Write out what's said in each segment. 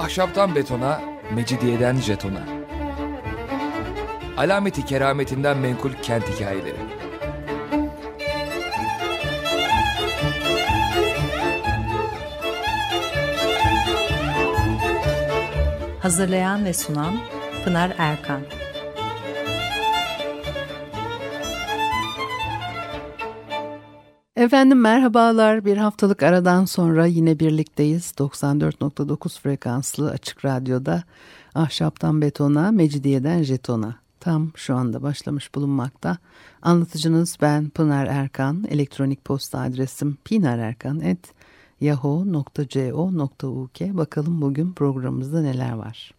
Ahşaptan betona, mecidiyeden jetona. Alameti kerametinden menkul kent hikayeleri. Hazırlayan ve sunan Pınar Erkan. Efendim merhabalar. Bir haftalık aradan sonra yine birlikteyiz. 94.9 frekanslı Açık Radyo'da Ahşaptan Betona, Mecidiyeden Jeton'a tam şu anda başlamış bulunmakta. Anlatıcınız ben Pınar Erkan. Elektronik posta adresim pinarerkan@yahoo.co.uk. Bakalım bugün programımızda neler var.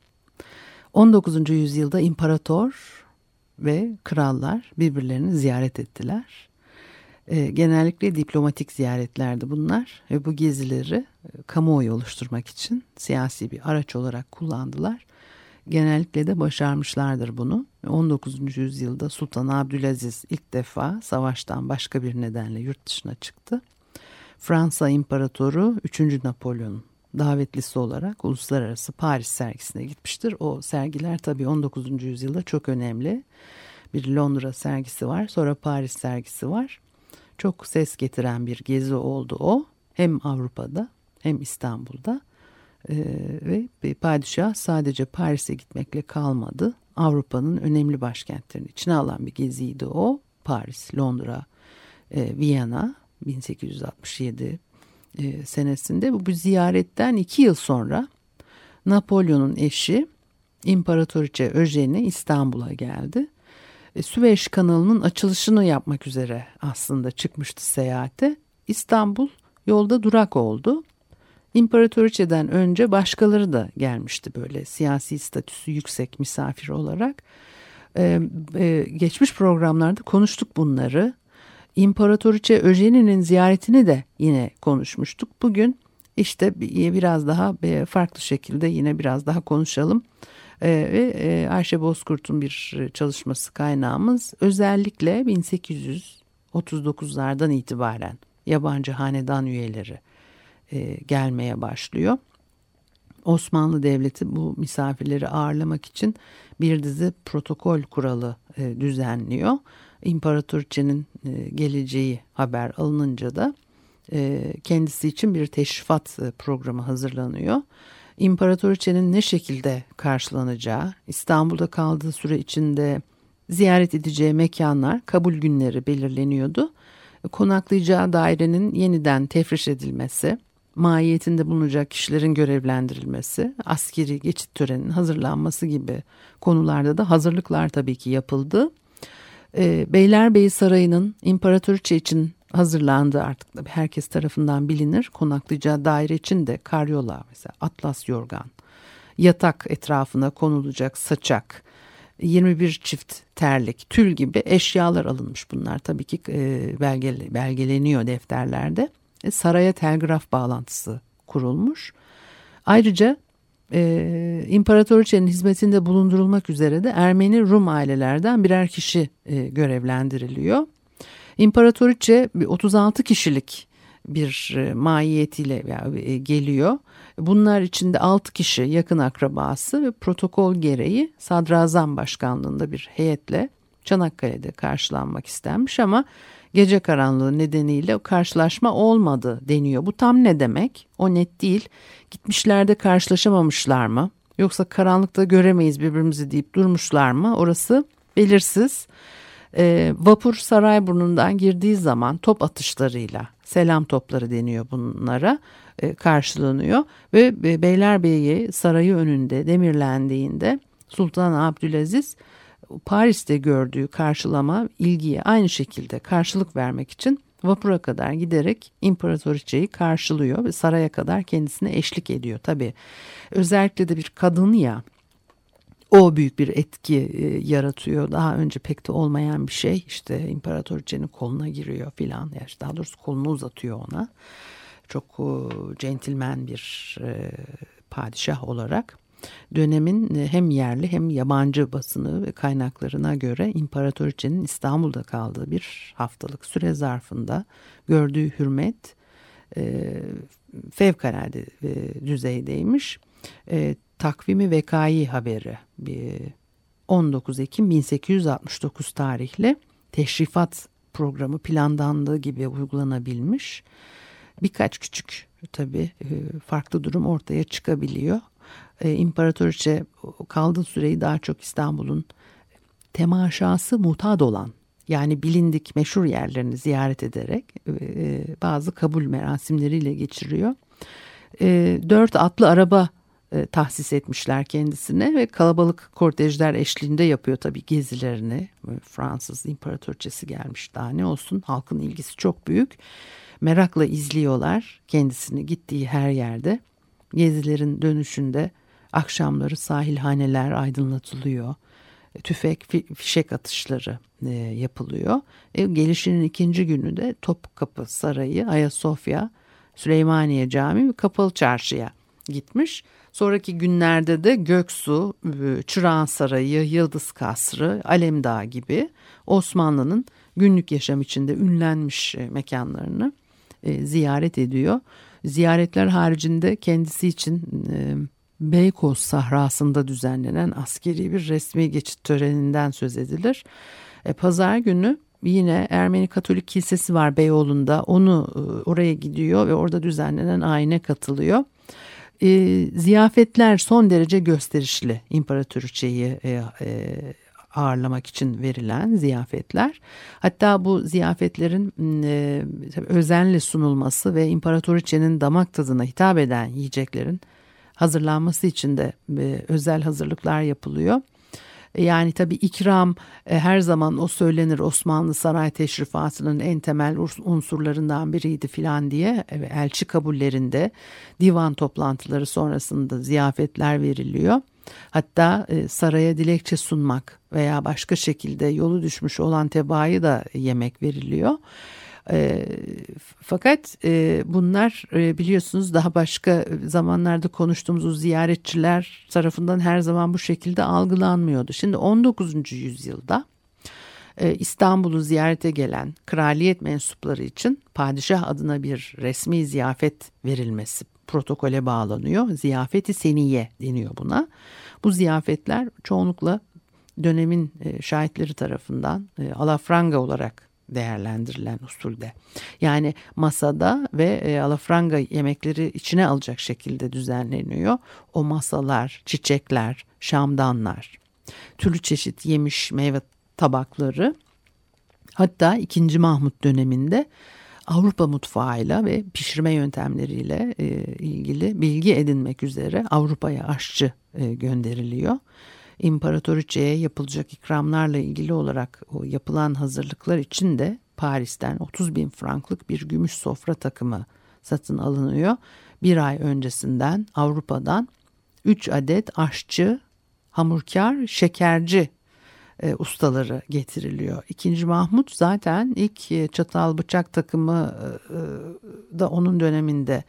19. yüzyılda imparator ve krallar birbirlerini ziyaret ettiler. Genellikle diplomatik ziyaretlerdi bunlar ve bu gezileri kamuoyu oluşturmak için siyasi bir araç olarak kullandılar. Genellikle de başarmışlardır bunu. 19. yüzyılda Sultan Abdülaziz ilk defa savaştan başka bir nedenle yurt dışına çıktı. Fransa İmparatoru 3. Napolyon davetlisi olarak uluslararası Paris sergisine gitmiştir. O sergiler tabii 19. yüzyılda çok önemli. Bir Londra sergisi var, sonra Paris sergisi var. Çok ses getiren bir gezi oldu o. Hem Avrupa'da hem İstanbul'da. Ve padişah sadece Paris'e gitmekle kalmadı. Avrupa'nın önemli başkentlerini içine alan bir geziydi o. Paris, Londra, Viyana 1867 senesinde. Bu ziyaretten 2 yıl sonra Napolyon'un eşi İmparatoriçe Eugenie İstanbul'a geldi. Süveyş kanalının açılışını yapmak üzere aslında çıkmıştı seyahate. İstanbul yolda durak oldu. İmparatoriçeden önce başkaları da gelmişti böyle siyasi statüsü yüksek misafir olarak. Geçmiş programlarda konuştuk bunları. İmparatoriçe Eugenie'nin ziyaretini de yine konuşmuştuk. Bugün işte biraz daha farklı şekilde yine biraz daha konuşalım. Ve Ayşe Bozkurt'un bir çalışması kaynağımız özellikle 1839'lardan itibaren yabancı hanedan üyeleri gelmeye başlıyor. Osmanlı Devleti bu misafirleri ağırlamak için bir dizi protokol kuralı düzenliyor. İmparatoriçenin geleceği haber alınınca da kendisi için bir teşrifat programı hazırlanıyor. İmparatoriçenin ne şekilde karşılanacağı, İstanbul'da kaldığı süre içinde ziyaret edeceği mekanlar, kabul günleri belirleniyordu. Konaklayacağı dairenin yeniden tefriş edilmesi, mahiyetinde bulunacak kişilerin görevlendirilmesi, askeri geçit töreninin hazırlanması gibi konularda da hazırlıklar tabii ki yapıldı. Beylerbeyi Sarayı'nın İmparatoriçe için hazırlandığı artık herkes tarafından bilinir. Konaklayacağı daire için de karyola, mesela atlas yorgan, yatak etrafına konulacak saçak, 21 çift terlik, tül gibi eşyalar alınmış. Bunlar tabii ki belgeleniyor defterlerde. Saraya telgraf bağlantısı kurulmuş. Ayrıca İmparatoriçenin hizmetinde bulundurulmak üzere de Ermeni Rum ailelerden birer kişi görevlendiriliyor. İmparatoriçe 36 kişilik bir mahiyetiyle geliyor. Bunlar içinde 6 kişi yakın akrabası ve protokol gereği Sadrazam Başkanlığında bir heyetle Çanakkale'de karşılanmak istenmiş ama gece karanlığı nedeniyle o karşılaşma olmadı deniyor. Bu tam ne demek? O net değil. Gitmişler de karşılaşamamışlar mı? Yoksa karanlıkta göremeyiz birbirimizi deyip durmuşlar mı? Orası belirsiz. Vapur Sarayburnu'ndan girdiği zaman top atışlarıyla, selam topları deniyor bunlara, karşılanıyor. Ve Beylerbeyi Sarayı önünde demirlendiğinde Sultan Abdülaziz Paris'te gördüğü karşılama, ilgiye aynı şekilde karşılık vermek için vapura kadar giderek İmparatoriçeyi karşılıyor ve saraya kadar kendisine eşlik ediyor. Tabii özellikle de bir kadın ya, o büyük bir etki yaratıyor. Daha önce pek de olmayan bir şey. İşte İmparatoriçenin koluna giriyor filan. Yani daha doğrusu kolunu uzatıyor ona. Çok centilmen bir padişah olarak. Dönemin hem yerli hem yabancı basını ve kaynaklarına göre İmparatoriçenin İstanbul'da kaldığı bir haftalık süre zarfında gördüğü hürmet fevkalade düzeydeymiş. Takvimi Vekai haberi 19 Ekim 1869 tarihli teşrifat programı planlandığı gibi uygulanabilmiş. Birkaç küçük tabii farklı durum ortaya çıkabiliyor. İmparatoriçe kaldığı süreyi daha çok İstanbul'un temaşası mutat olan, yani bilindik meşhur yerlerini ziyaret ederek bazı kabul merasimleriyle geçiriyor. 4 atlı araba tahsis etmişler kendisine ve kalabalık kortejler eşliğinde yapıyor tabii gezilerini. Fransız imparatoriçesi gelmiş, daha ne olsun, halkın ilgisi çok büyük. Merakla izliyorlar kendisini gittiği her yerde. Gezilerin dönüşünde akşamları sahilhaneler aydınlatılıyor. Tüfek, fişek atışları yapılıyor. Gelişinin ikinci günü de Topkapı Sarayı, Ayasofya, Süleymaniye Camii ve Kapalı Çarşı'ya gitmiş. Sonraki günlerde de Göksu, Çırağan Sarayı, Yıldız Kasrı, Alemdağ gibi Osmanlı'nın günlük yaşam içinde ünlenmiş mekanlarını ziyaret ediyor. Ziyaretler haricinde kendisi için Beykoz sahrasında düzenlenen askeri bir resmi geçit töreninden söz edilir. Pazar günü yine Ermeni Katolik Kilisesi var Beyoğlu'nda. Oraya gidiyor ve orada düzenlenen ayine katılıyor. Ziyafetler son derece gösterişli, imparatoriçeyi ağırlamak için verilen ziyafetler. Hatta bu ziyafetlerin özenle sunulması ve imparatoriçenin damak tadına hitap eden yiyeceklerin hazırlanması için de özel hazırlıklar yapılıyor. Yani tabii ikram her zaman o söylenir, Osmanlı saray teşrifatının en temel unsurlarından biriydi filan diye. Elçi kabullerinde, divan toplantıları sonrasında ziyafetler veriliyor. Hatta saraya dilekçe sunmak veya başka şekilde yolu düşmüş olan tebaayı da yemek veriliyor. Fakat bunlar biliyorsunuz daha başka zamanlarda konuştuğumuz o ziyaretçiler tarafından her zaman bu şekilde algılanmıyordu. Şimdi 19. yüzyılda İstanbul'u ziyarete gelen kraliyet mensupları için padişah adına bir resmi ziyafet verilmesi protokole bağlanıyor. Ziyafeti seniye deniyor buna. Bu ziyafetler çoğunlukla dönemin şahitleri tarafından alafranga olarak değerlendirilen usulde. Yani masada ve alafranga yemekleri içine alacak şekilde düzenleniyor. O masalar, çiçekler, şamdanlar, türlü çeşit yemiş meyve tabakları, hatta 2. Mahmut döneminde Avrupa mutfağıyla ve pişirme yöntemleriyle ilgili bilgi edinmek üzere Avrupa'ya aşçı gönderiliyor. İmparatoriçeye yapılacak ikramlarla ilgili olarak o yapılan hazırlıklar için de Paris'ten 30.000 franklık bir gümüş sofra takımı satın alınıyor. Bir ay öncesinden Avrupa'dan 3 adet aşçı, hamurkar, şekerci ustaları getiriliyor. 2. Mahmut zaten ilk çatal bıçak takımı da onun döneminde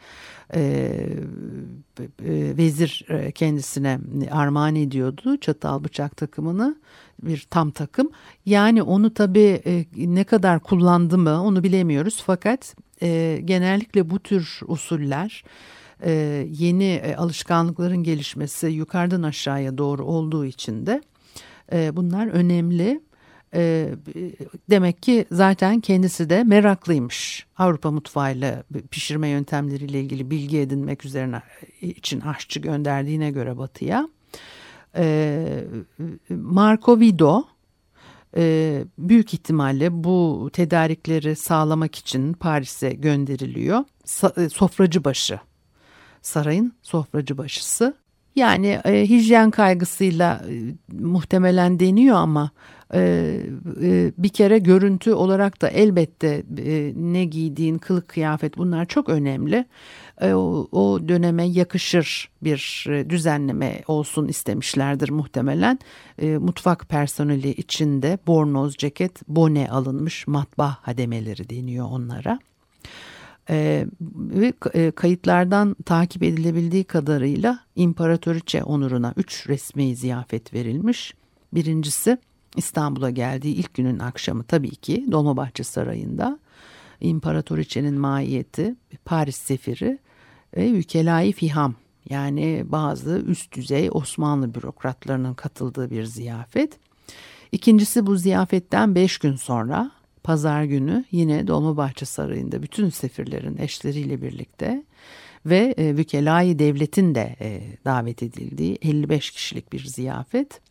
vezir kendisine armağan ediyordu, çatal bıçak takımını, bir tam takım. Yani onu tabii ne kadar kullandı mı onu bilemiyoruz, fakat genellikle bu tür usuller yeni alışkanlıkların gelişmesi yukarıdan aşağıya doğru olduğu için de bunlar önemli. Demek ki zaten kendisi de meraklıymış. Avrupa mutfağıyla, pişirme yöntemleriyle ilgili bilgi edinmek üzerine için aşçı gönderdiğine göre batıya. Marco Vido büyük ihtimalle bu tedarikleri sağlamak için Paris'e gönderiliyor. Sofracı başı, sarayın sofracı başısı. Yani hijyen kaygısıyla muhtemelen deniyor ama bir kere görüntü olarak da elbette ne giydiğin, kılık kıyafet, bunlar çok önemli. O döneme yakışır bir düzenleme olsun istemişlerdir muhtemelen. Mutfak personeli içinde bornoz, ceket, bone alınmış, matbaa hademeleri deniyor onlara. Ve kayıtlardan takip edilebildiği kadarıyla imparatoriçe onuruna 3 resmi ziyafet verilmiş. Birincisi İstanbul'a geldiği ilk günün akşamı, tabii ki Dolmabahçe Sarayı'nda imparatoriçenin maiyeti, Paris sefiri ve Vükela-i Fiham, Yani bazı üst düzey Osmanlı bürokratlarının katıldığı bir ziyafet. İkincisi bu ziyafetten 5 gün sonra pazar günü yine Dolmabahçe Sarayı'nda bütün sefirlerin eşleriyle birlikte ve Vükela-i Devlet'in de davet edildiği 55 kişilik bir ziyafet.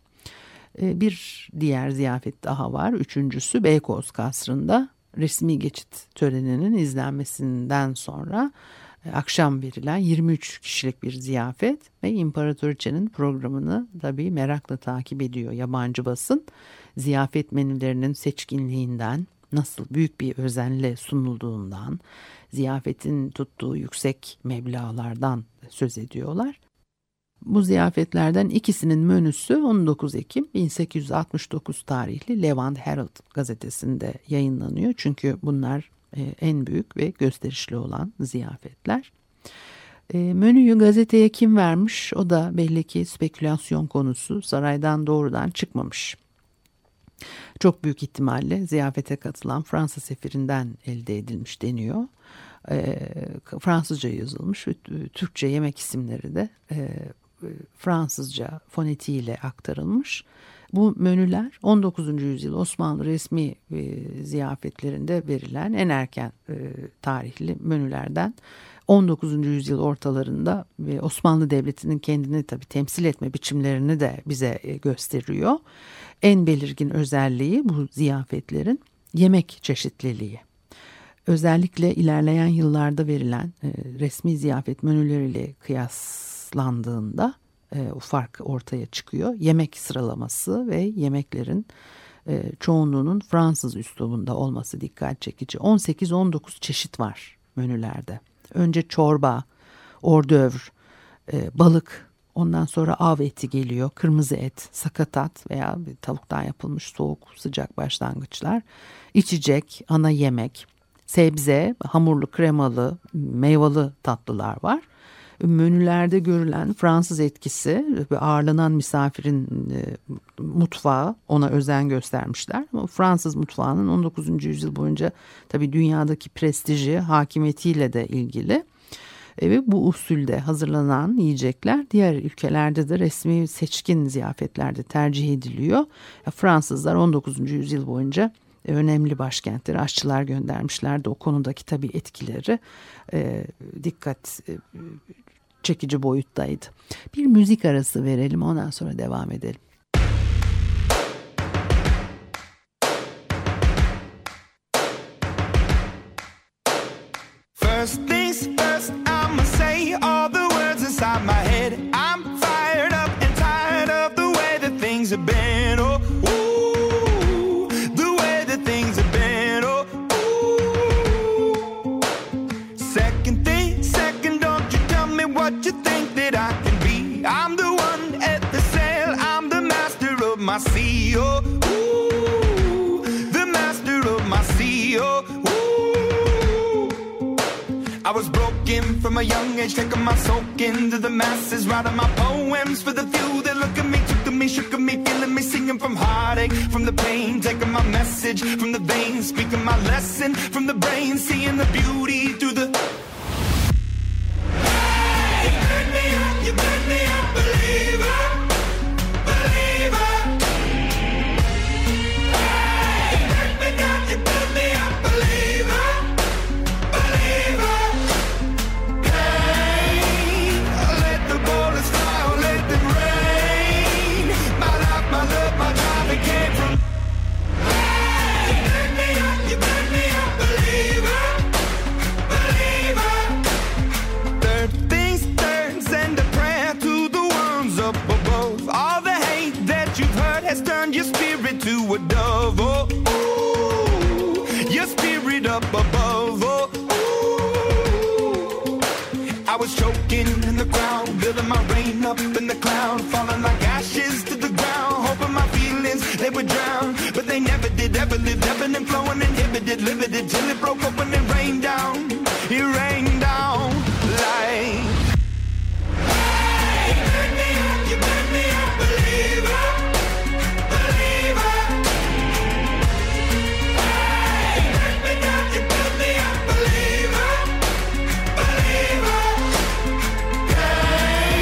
Bir diğer ziyafet daha var. Üçüncüsü Beykoz Kasrı'nda resmi geçit töreninin izlenmesinden sonra akşam verilen 23 kişilik bir ziyafet ve İmparatoriçe'nin programını tabii merakla takip ediyor yabancı basın. Ziyafet menülerinin seçkinliğinden, nasıl büyük bir özenle sunulduğundan, ziyafetin tuttuğu yüksek meblağlardan söz ediyorlar. Bu ziyafetlerden ikisinin menüsü 19 Ekim 1869 tarihli Levant Herald gazetesinde yayınlanıyor. Çünkü bunlar en büyük ve gösterişli olan ziyafetler. Menüyü gazeteye kim vermiş? O da belli ki spekülasyon konusu, saraydan doğrudan çıkmamış. Çok büyük ihtimalle ziyafete katılan Fransa sefirinden elde edilmiş deniyor. Fransızca yazılmış ve Türkçe yemek isimleri de Fransızca fonetiğiyle aktarılmış. Bu menüler 19. yüzyıl Osmanlı resmi ziyafetlerinde verilen en erken tarihli menülerden 19. yüzyıl ortalarında Osmanlı Devleti'nin kendini tabii temsil etme biçimlerini de bize gösteriyor. En belirgin özelliği bu ziyafetlerin yemek çeşitliliği. Özellikle ilerleyen yıllarda verilen resmi ziyafet menüleriyle kıyaslandığında o fark ortaya çıkıyor. Yemek sıralaması ve yemeklerin çoğunluğunun Fransız üslubunda olması dikkat çekici. 18-19 çeşit var menülerde. Önce çorba, ordövr, balık, ondan sonra av eti geliyor. Kırmızı et, sakatat veya tavuktan yapılmış soğuk sıcak başlangıçlar. İçecek, ana yemek, sebze, hamurlu, kremalı, meyveli tatlılar var. Menülerde görülen Fransız etkisi ve ağırlanan misafirin mutfağı ona özen göstermişler. Ama Fransız mutfağının 19. yüzyıl boyunca tabii dünyadaki prestiji, hakimiyetiyle de ilgili. Ve bu usulde hazırlanan yiyecekler diğer ülkelerde de resmi seçkin ziyafetlerde tercih ediliyor. Fransızlar 19. yüzyıl boyunca önemli başkentlere aşçılar göndermişlerdi. O konudaki tabii etkileri dikkat çekici boyuttaydı. Bir müzik arası verelim, ondan sonra devam edelim. First things first, I'ma say all the words inside my head. I'm fired up and tired of the way that things have been. Oh, ooh, the way that things have been. Oh, ooh. Second thing, second, don't you tell me what you think that I can be. I'm the one at the sail, I'm the master of my sea. Oh, ooh, the master of my sea. Oh, I was broken from a young age, taking my soak into the masses, writing my poems for the few that look at me, took to me, shook at me, feeling me, singing from heartache, from the pain, taking my message from the veins, speaking my lesson from the brain, seeing the beauty through the... Hey, you burn me up, believer, believer. Hey, you burn me down, you burn me up, believer, believer. Has turned your spirit to a dove, oh, ooh, your spirit up above, oh, ooh. I was choking in the crowd, building my rain up in the cloud, falling like ashes to the ground, hoping my feelings, they would drown, but they never did, ever lived, ebbing and flowing, inhibited, limited, till it broke open and rained down, it rained down like... Hey, you burn me up, believer. Hey,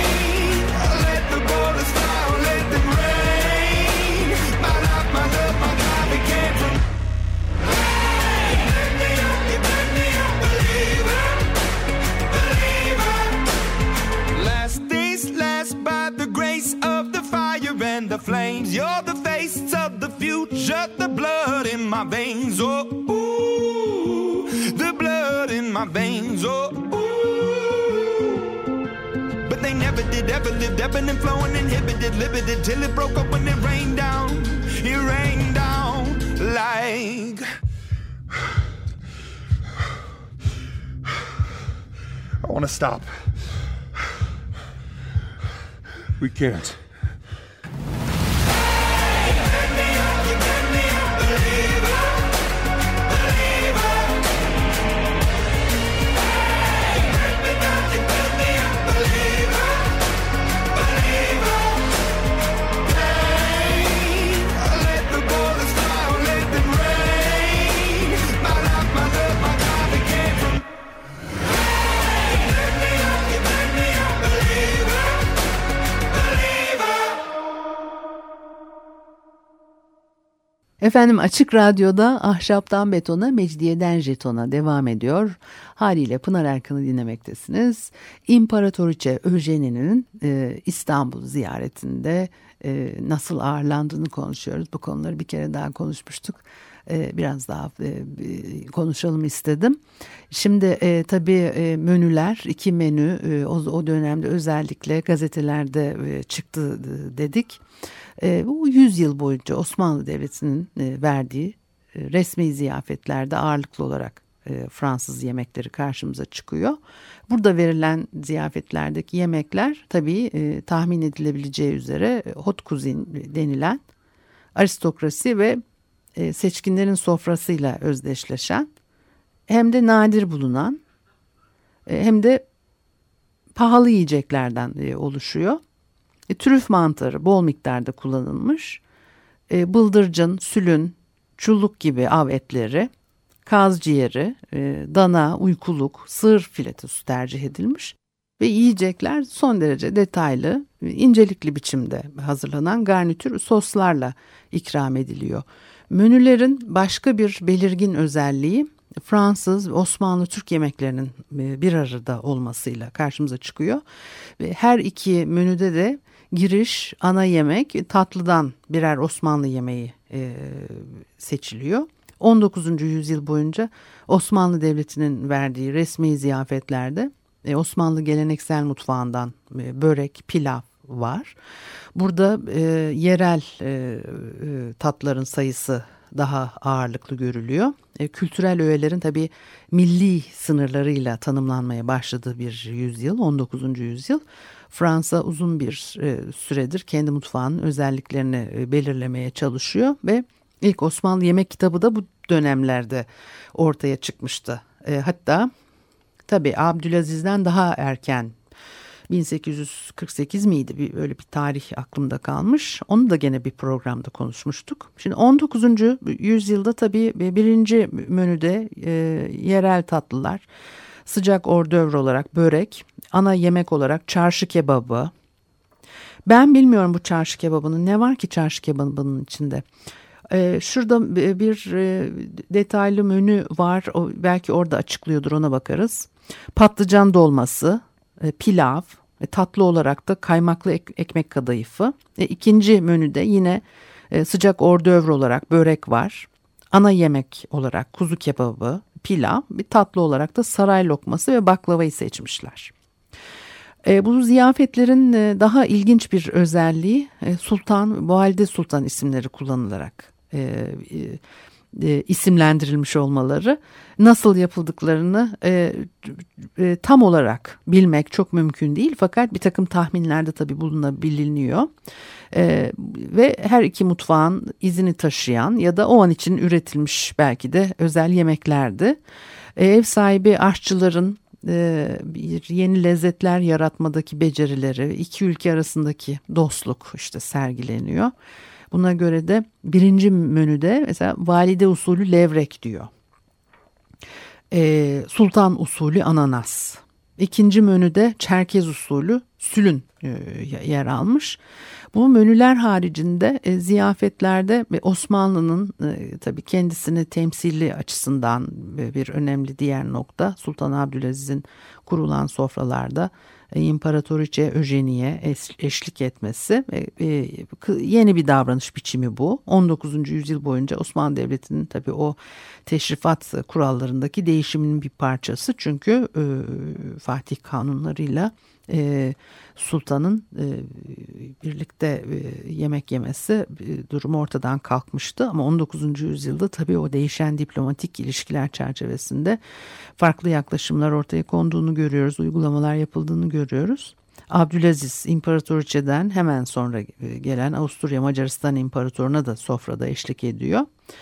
my veins, oh, ooh, the blood in my veins, oh, ooh. But they never did ever live, ebbing and flowing, inhibited, limited, till it broke up when it rained down like. I want to stop. We can't. Efendim Açık Radyo'da Ahşaptan Betona, Mecidiyeden Jeton'a devam ediyor. Haliyle Pınar Erkan'ı dinlemektesiniz. İmparatoriçe Eugénie'nin İstanbul ziyaretinde nasıl ağırlandığını konuşuyoruz. Bu konuları bir kere daha konuşmuştuk. Biraz daha konuşalım istedim. Şimdi tabii menüler, 2 menü o dönemde özellikle gazetelerde çıktı dedik. Bu 100 yıl boyunca Osmanlı Devleti'nin verdiği resmi ziyafetlerde ağırlıklı olarak Fransız yemekleri karşımıza çıkıyor. Burada verilen ziyafetlerdeki yemekler tabii tahmin edilebileceği üzere haute cuisine denilen aristokrasi ve seçkinlerin sofrasıyla özdeşleşen, hem de nadir bulunan hem de pahalı yiyeceklerden oluşuyor. Trüf mantarı bol miktarda kullanılmış, bıldırcın, sülün, çulluk gibi av etleri, kaz ciğeri, dana, uykuluk, sığır filetosu tercih edilmiş ve yiyecekler son derece detaylı, incelikli biçimde hazırlanan garnitür soslarla ikram ediliyor. Menülerin başka bir belirgin özelliği Fransız ve Osmanlı Türk yemeklerinin bir arada olmasıyla karşımıza çıkıyor. Ve her iki menüde de giriş, ana yemek, tatlıdan birer Osmanlı yemeği seçiliyor. 19. yüzyıl boyunca Osmanlı Devleti'nin verdiği resmi ziyafetlerde Osmanlı geleneksel mutfağından börek, pilav var. Burada yerel tatların sayısı daha ağırlıklı görülüyor. Kültürel öğelerin tabii milli sınırlarıyla tanımlanmaya başladığı bir yüzyıl, 19. yüzyıl. Fransa uzun bir süredir kendi mutfağının özelliklerini belirlemeye çalışıyor ve ilk Osmanlı yemek kitabı da bu dönemlerde ortaya çıkmıştı. Hatta tabii Abdülaziz'den daha erken, 1848 miydi? Öyle bir tarih aklımda kalmış. Onu da gene bir programda konuşmuştuk. Şimdi 19. yüzyılda tabii birinci menüde yerel tatlılar, sıcak ordövr olarak börek, ana yemek olarak çarşı kebabı. Ben bilmiyorum bu çarşı kebabının, ne var ki çarşı kebabının içinde? Şurada bir detaylı menü var. Belki orada açıklıyordur, ona bakarız. Patlıcan dolması, pilav, tatlı olarak da kaymaklı ekmek kadayıfı. İkinci menüde yine sıcak ordövr olarak börek var. Ana yemek olarak kuzu kebabı, pilav, bir tatlı olarak da saray lokması ve baklavayı seçmişler. Bu ziyafetlerin daha ilginç bir özelliği Sultan, Valide Sultan isimleri kullanılarak isimlendirilmiş olmaları. Nasıl yapıldıklarını tam olarak bilmek çok mümkün değil, fakat bir takım tahminlerde tabii bulunabiliyor. Ve her iki mutfağın izini taşıyan ya da o an için üretilmiş belki de özel yemeklerdi. Ev sahibi aşçıların bir yeni lezzetler yaratmadaki becerileri, iki ülke arasındaki dostluk işte sergileniyor. Buna göre de birinci menüde mesela valide usulü levrek diyor. Sultan usulü ananas. İkinci menüde Çerkez usulü sülün yer almış. Bu menüler haricinde ziyafetlerde Osmanlı'nın tabii kendisini temsili açısından bir önemli diğer nokta, Sultan Abdülaziz'in kurulan sofralarda İmparatoriçe Eugeni'ye eşlik etmesi yeni bir davranış biçimi bu. 19. yüzyıl boyunca Osmanlı Devleti'nin tabii o teşrifat kurallarındaki değişimin bir parçası. Çünkü Fatih kanunlarıyla sultanın birlikte yemek yemesi durumu ortadan kalkmıştı. Ama 19. yüzyılda tabii o değişen diplomatik ilişkiler çerçevesinde farklı yaklaşımlar ortaya konduğunu görüyoruz. Uygulamalar yapıldığını görüyoruz. Abdülaziz İmparatoriçe'den hemen sonra gelen Avusturya Macaristan İmparatoruna da sofrada eşlik ediyor.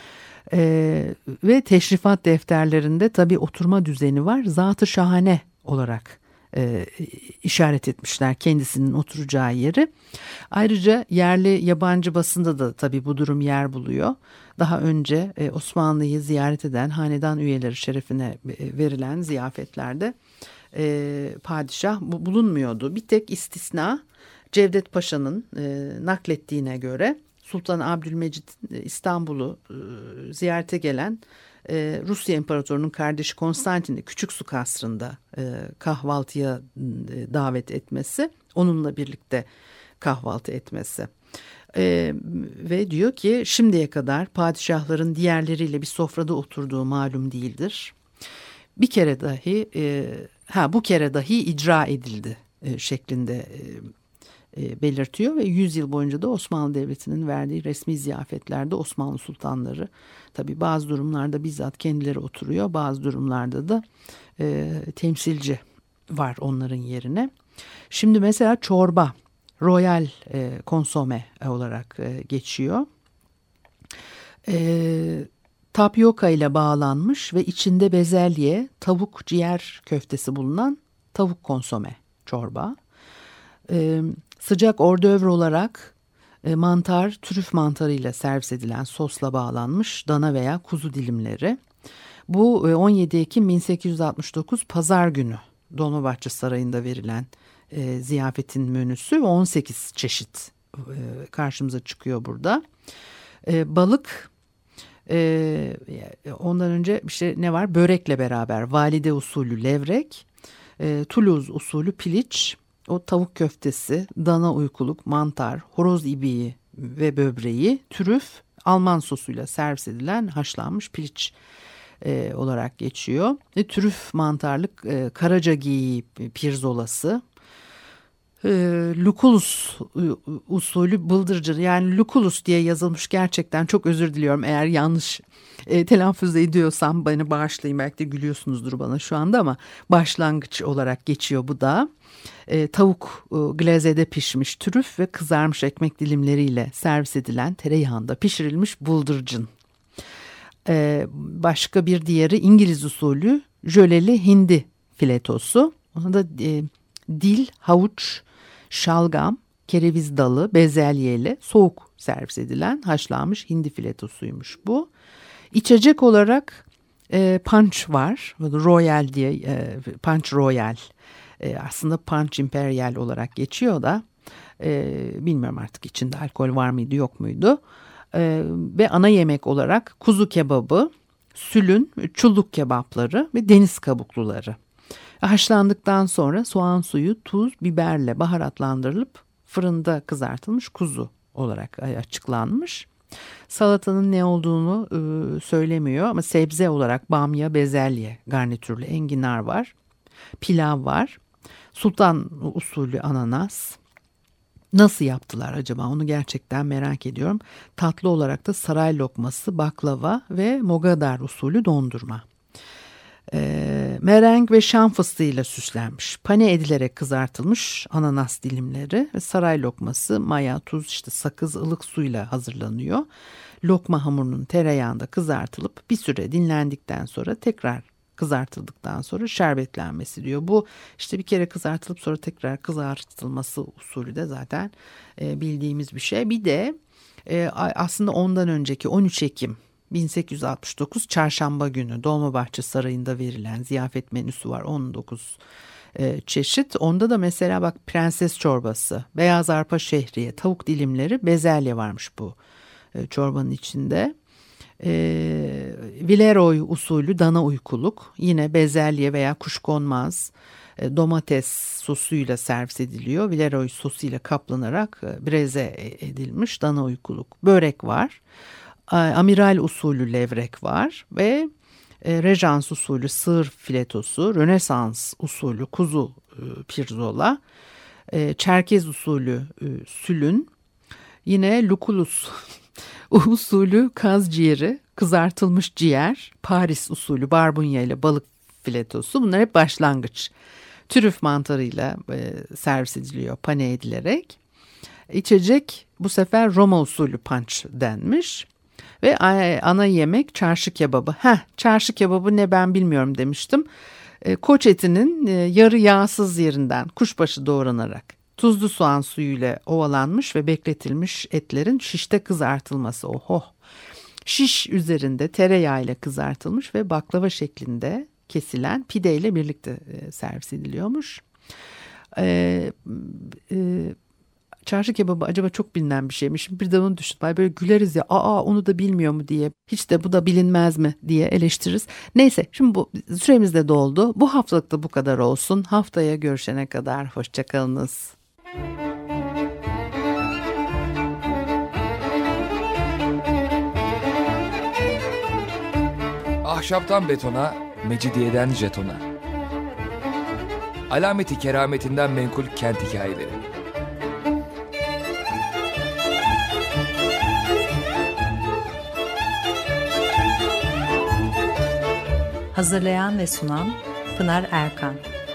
Ve teşrifat defterlerinde tabii oturma düzeni var. Zat-ı şahane olarak işaret etmişler kendisinin oturacağı yeri. Ayrıca yerli yabancı basında da tabii bu durum yer buluyor. Daha önce Osmanlı'yı ziyaret eden hanedan üyeleri şerefine verilen ziyafetlerde padişah bulunmuyordu. Bir tek istisna Cevdet Paşa'nın naklettiğine göre Sultan Abdülmecid İstanbul'u ziyarete gelen Rusya İmparatorunun kardeşi Konstantin'i Küçüksu Kasrı'nda kahvaltıya davet etmesi, onunla birlikte kahvaltı etmesi. Ve diyor ki şimdiye kadar padişahların diğerleriyle bir sofrada oturduğu malum değildir. Bir kere dahi bu kere dahi icra edildi şeklinde belirtiyor ve 100 yıl boyunca da Osmanlı Devleti'nin verdiği resmi ziyafetlerde Osmanlı sultanları tabii bazı durumlarda bizzat kendileri oturuyor, bazı durumlarda da temsilci var onların yerine. Şimdi mesela çorba royal konsome olarak geçiyor. Tapyoka ile bağlanmış ve içinde bezelye, tavuk ciğer köftesi bulunan tavuk konsome çorba. Sıcak ordövr olarak mantar, trüf mantarıyla servis edilen sosla bağlanmış dana veya kuzu dilimleri. Bu 17 Ekim 1869 Pazar günü Dolmabahçe Sarayı'nda verilen ziyafetin menüsü 18 çeşit karşımıza çıkıyor burada. Balık, ondan önce ne var? Börekle beraber valide usulü levrek, Toulouse usulü piliç, o tavuk köftesi, dana uykuluk, mantar, horoz ibiği ve böbreği, trüf, Alman sosuyla servis edilen haşlanmış piliç olarak geçiyor. Trüf mantarlık Karaca geyiği pirzolası, Lucullus usulü bıldırcın, yani Lucullus diye yazılmış, gerçekten çok özür diliyorum eğer yanlış telaffuz ediyorsam beni bağışlayın, belki de gülüyorsunuzdur bana şu anda ama başlangıç olarak geçiyor bu da. Tavuk glazede pişmiş trüf ve kızarmış ekmek dilimleriyle servis edilen tereyağında pişirilmiş bıldırcın. Başka bir diğeri İngiliz usulü jöleli hindi filetosu. Ona da dil, havuç, şalgam, kereviz dalı, bezelyeyle soğuk servis edilen haşlanmış hindi filetosuymuş bu. İçecek olarak punch var. Royal diye punch royal. Aslında punch imperial olarak geçiyor da bilmiyorum artık içinde alkol var mıydı yok muydu. Ve ana yemek olarak kuzu kebabı, sülün, çulluk kebapları ve deniz kabukluları. Haşlandıktan sonra soğan suyu, tuz, biberle baharatlandırılıp fırında kızartılmış kuzu olarak açıklanmış. Salatanın ne olduğunu söylemiyor ama sebze olarak bamya, bezelye garnitürlü enginar var. Pilav var. Sultan usulü ananas. Nasıl yaptılar acaba? Onu gerçekten merak ediyorum. Tatlı olarak da saray lokması, baklava ve mogadar usulü dondurma. Mereng ve şam fıstığıyla süslenmiş, pane edilerek kızartılmış ananas dilimleri ve saray lokması maya, tuz, sakız, ılık suyla hazırlanıyor. Lokma hamurunun tereyağında kızartılıp bir süre dinlendikten sonra tekrar kızartıldıktan sonra şerbetlenmesi diyor. Bu bir kere kızartılıp sonra tekrar kızartılması usulü de zaten bildiğimiz bir şey. Bir de aslında ondan önceki 13 Ekim 1869 Çarşamba günü Dolmabahçe Sarayı'nda verilen ziyafet menüsü var, 19 çeşit. Onda da mesela bak, prenses çorbası, beyaz arpa şehriye, tavuk dilimleri, bezelye varmış bu çorbanın içinde. Villeroy usulü dana uykuluk, yine bezelye veya kuşkonmaz, domates sosuyla servis ediliyor. Villeroy sosuyla kaplanarak breze edilmiş dana uykuluk. Börek var. Amiral usulü levrek var ve Rejans usulü sığır filetosu, Rönesans usulü kuzu pirzola, Çerkez usulü sülün, yine lukulus usulü kaz ciğeri, kızartılmış ciğer, Paris usulü barbunya ile balık filetosu. Bunlar hep başlangıç. Trüf mantarıyla servis ediliyor pane edilerek. İçecek bu sefer Roma usulü punch denmiş. Ve ana yemek çarşı kebabı. Çarşı kebabı ne ben bilmiyorum demiştim. Koç etinin yarı yağsız yerinden kuşbaşı doğranarak tuzlu soğan suyuyla ovalanmış ve bekletilmiş etlerin şişte kızartılması. Şiş üzerinde tereyağıyla kızartılmış ve baklava şeklinde kesilen pide ile birlikte servis ediliyormuş. Çarşı kebabı acaba çok bilinen bir şeymiş. Bir de onu düşündüm. Böyle güleriz ya, onu da bilmiyor mu diye. Hiç de bu da bilinmez mi diye eleştiririz. Neyse, şimdi bu süremiz de doldu. Bu haftalık da bu kadar olsun. Haftaya görüşene kadar hoşçakalınız. Ahşaptan betona, mecidiyeden jetona. Alameti kerametinden menkul kent hikayeleri. Hazırlayan ve sunan Pınar Erkan.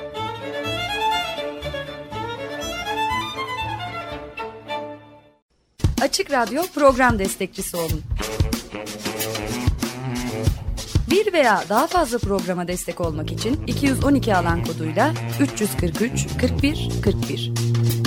Açık Radyo program destekçisi olun. Bir veya daha fazla programa destek olmak için 212 alan koduyla 343 41 41.